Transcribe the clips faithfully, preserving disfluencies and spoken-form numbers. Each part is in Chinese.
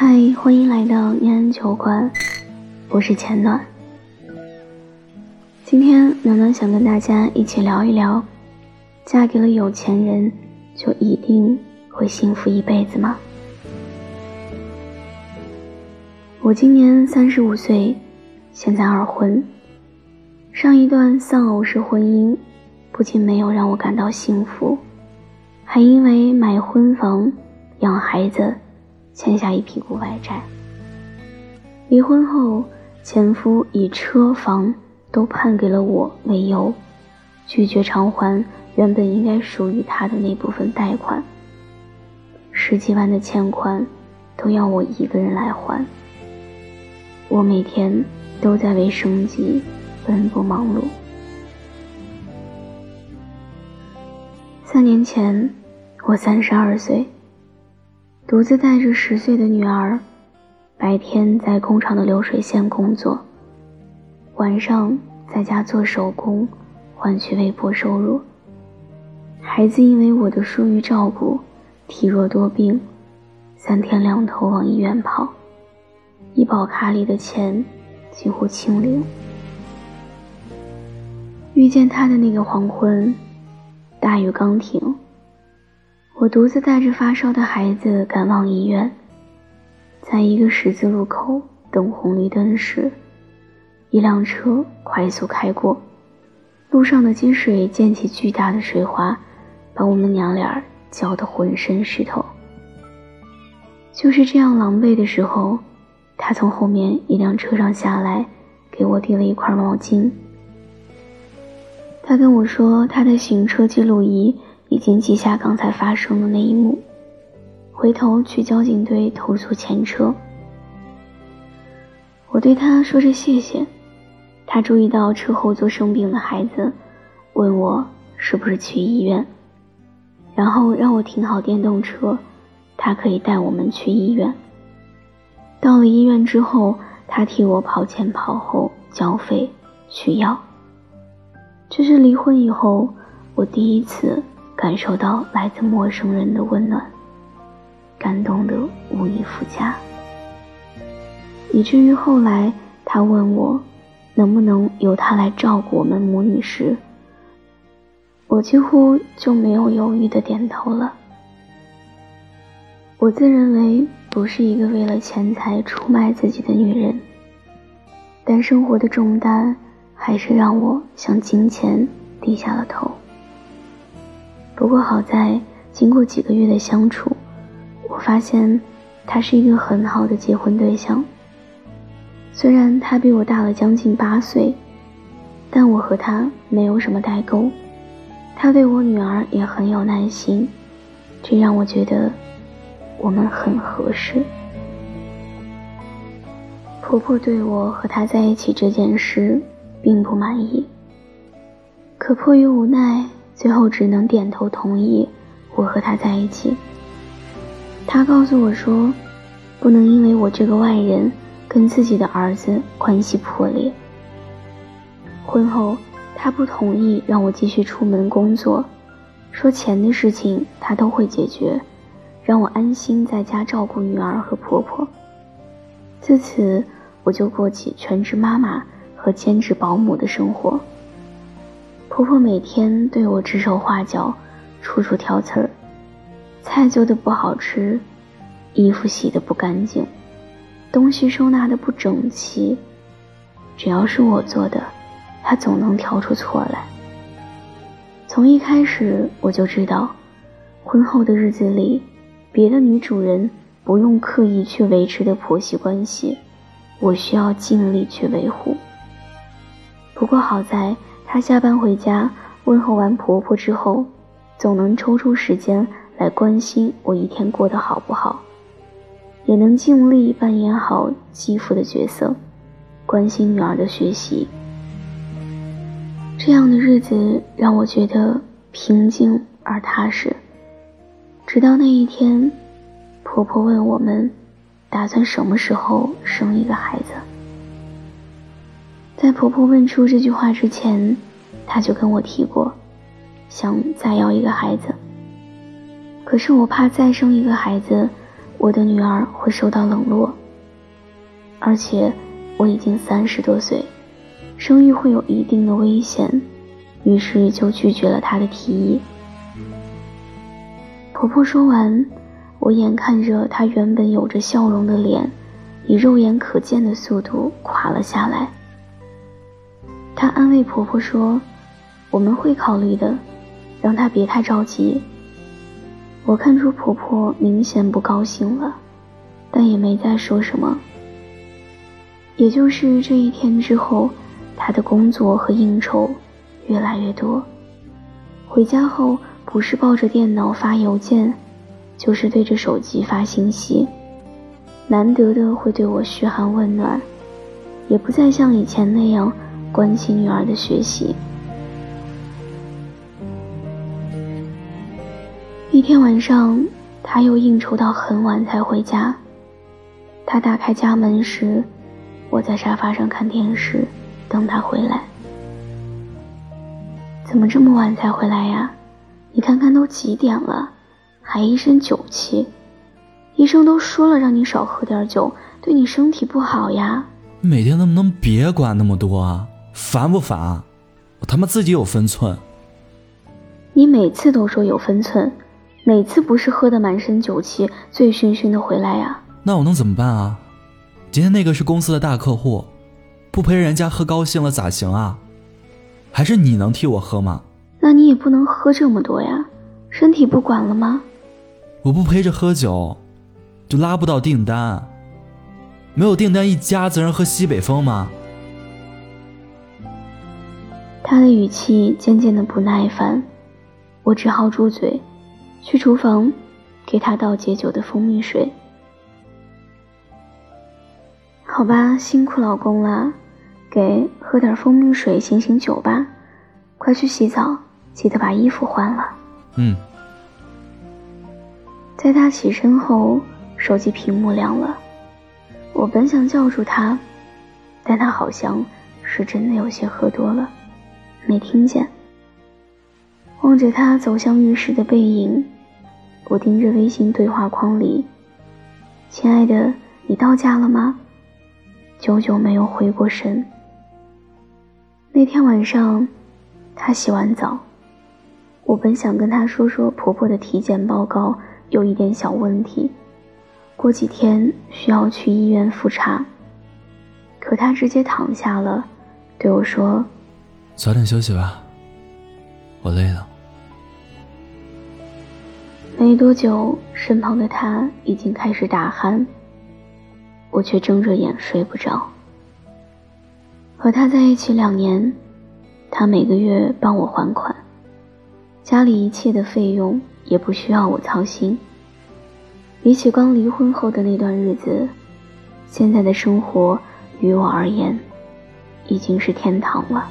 嗨，欢迎来到念安酒馆，我是钱暖。今天暖暖想跟大家一起聊一聊，嫁给了有钱人就一定会幸福一辈子吗？我今年三十五岁，现在二婚。上一段丧偶式婚姻不仅没有让我感到幸福，还因为买婚房养孩子欠下一屁股外债。离婚后，前夫以车房都判给了我为由，拒绝偿还原本应该属于他的那部分贷款，十几万的欠款都要我一个人来还。我每天都在为生计奔波忙碌。三年前，我三十二岁，独自带着十岁的女儿，白天在工厂的流水线工作，晚上在家做手工换取微薄收入。孩子因为我的疏于照顾，体弱多病，三天两头往医院跑，医保卡里的钱几乎清零。遇见他的那个黄昏，大雨刚停，我独自带着发烧的孩子赶往医院。在一个十字路口等红绿灯时，一辆车快速开过，路上的积水溅起巨大的水花，把我们娘俩浇得浑身湿透。就是这样狼狈的时候，他从后面一辆车上下来，给我递了一块毛巾。他跟我说，他的行车记录仪已经记下刚才发生的那一幕，回头去交警队投诉前车。我对他说着谢谢，他注意到车后座生病的孩子，问我是不是去医院，然后让我停好电动车，他可以带我们去医院。到了医院之后，他替我跑前跑后交费取药。这是离婚以后我第一次感受到来自陌生人的温暖，感动得无以复加。以至于后来他问我能不能由他来照顾我们母女时，我几乎就没有犹豫地点头了。我自认为不是一个为了钱财出卖自己的女人，但生活的重担还是让我向金钱低下了头。不过好在经过几个月的相处，我发现他是一个很好的结婚对象。虽然他比我大了将近八岁，但我和他没有什么代沟，他对我女儿也很有耐心，这让我觉得我们很合适。婆婆对我和他在一起这件事并不满意，可迫于无奈，最后只能点头同意我和他在一起。他告诉我说，不能因为我这个外人跟自己的儿子关系破裂。婚后他不同意让我继续出门工作，说钱的事情他都会解决，让我安心在家照顾女儿和婆婆。自此我就过起全职妈妈和兼职保姆的生活。婆婆每天对我指手画脚，处处挑刺儿，菜做得不好吃，衣服洗得不干净，东西收纳得不整齐，只要是我做的，她总能挑出错来。从一开始我就知道，婚后的日子里，别的女主人不用刻意去维持的婆媳关系，我需要尽力去维护。不过好在她下班回家问候完婆婆之后，总能抽出时间来关心我一天过得好不好，也能尽力扮演好继父的角色，关心女儿的学习。这样的日子让我觉得平静而踏实。直到那一天，婆婆问我们打算什么时候生一个孩子。在婆婆问出这句话之前，她就跟我提过想再要一个孩子。可是我怕再生一个孩子， 我的女儿会受到冷落，而且我已经三十多岁，生育会有一定的危险，于是就拒绝了她的提议。婆婆说完，我眼看着她原本有着笑容的脸以肉眼可见的速度垮了下来。她安慰婆婆说，我们会考虑的，让她别太着急。我看出婆婆明显不高兴了，但也没再说什么。也就是这一天之后，她的工作和应酬越来越多，回家后不是抱着电脑发邮件，就是对着手机发信息，难得的会对我嘘寒问暖，也不再像以前那样关心女儿的学习。一天晚上，他又应酬到很晚才回家。他打开家门时，我在沙发上看电视，等他回来。怎么这么晚才回来呀？你看看都几点了，还一身酒气。医生都说了让你少喝点酒，对你身体不好呀。 每天能不能别管那么多啊？烦不烦？我他妈自己有分寸。 你每次都说有分寸，每次不是喝得满身酒气醉醺醺的回来呀？ 那我能怎么办啊？今天那个是公司的大客户，不陪人家喝高兴了咋行啊？还是你能替我喝吗？ 那你也不能喝这么多呀，身体不管了吗？ 我不陪着喝酒就拉不到订单，没有订单一家子人喝西北风吗？ 他的语气渐渐的不耐烦，我只好住嘴，去厨房给他倒解酒的蜂蜜水。好吧，辛苦老公了，给喝点蜂蜜水醒醒酒吧，快去洗澡，记得把衣服换了。 嗯。 在他起身后，手机屏幕亮了，我本想叫住他，但他好像是真的有些喝多了，没听见。望着他走向浴室的背影，我盯着微信对话框里，亲爱的，你到家了吗？久久没有回过神。那天晚上，他洗完澡，我本想跟他说说婆婆的体检报告有一点小问题，过几天需要去医院复查，可他直接躺下了，对我说， 早点休息吧，我累了。 没多久，身旁的他已经开始打鼾，我却睁着眼睡不着。和他在一起两年，他每个月帮我还款，家里一切的费用也不需要我操心。比起刚离婚后的那段日子，现在的生活于我而言已经是天堂了。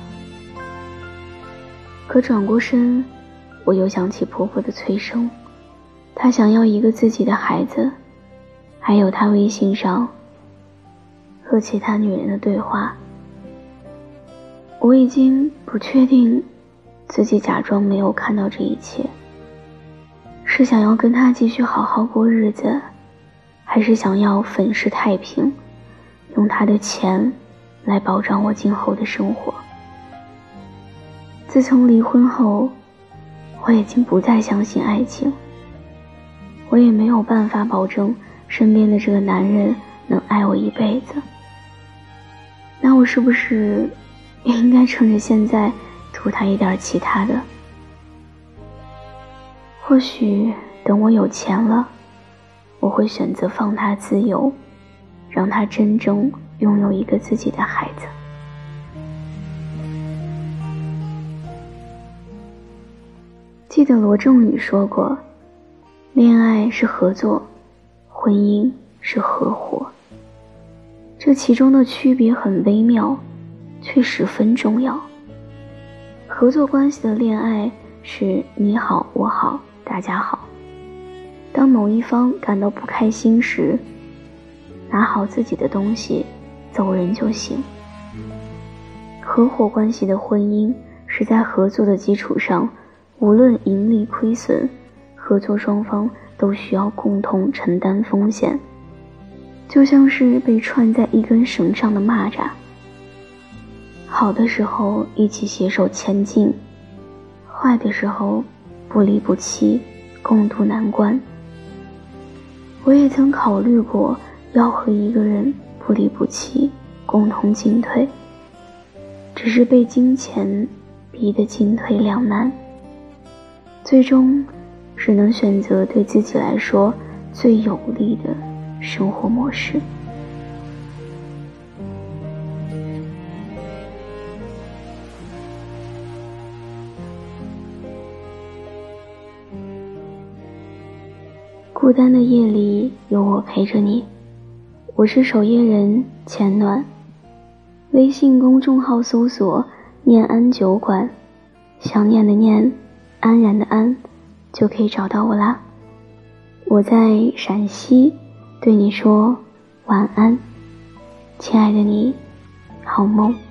可转过身，我又想起婆婆的催生，她想要一个自己的孩子，还有她微信上和其他女人的对话。我已经不确定自己假装没有看到这一切，是想要跟她继续好好过日子，还是想要粉饰太平，用她的钱来保障我今后的生活。自从离婚后，我已经不再相信爱情，我也没有办法保证身边的这个男人能爱我一辈子。那我是不是也应该趁着现在图他一点其他的？或许等我有钱了，我会选择放他自由，让他真正拥有一个自己的孩子。记得罗振宇说过，恋爱是合作，婚姻是合伙。这其中的区别很微妙，却十分重要。合作关系的恋爱是你好我好大家好，当某一方感到不开心时，拿好自己的东西走人就行。合伙关系的婚姻是在合作的基础上，无论盈利亏损，合作双方都需要共同承担风险，就像是被串在一根绳上的蚂蚱。好的时候一起携手前进，坏的时候不离不弃，共度难关。我也曾考虑过要和一个人不离不弃，共同进退，只是被金钱逼得进退两难，最终只能选择对自己来说最有利的生活模式。孤单的夜里有我陪着你，我是守夜人浅暖。微信公众号搜索念安酒馆，想念的念，安然的安，就可以找到我啦。我在陕西对你说晚安，亲爱的你，好梦。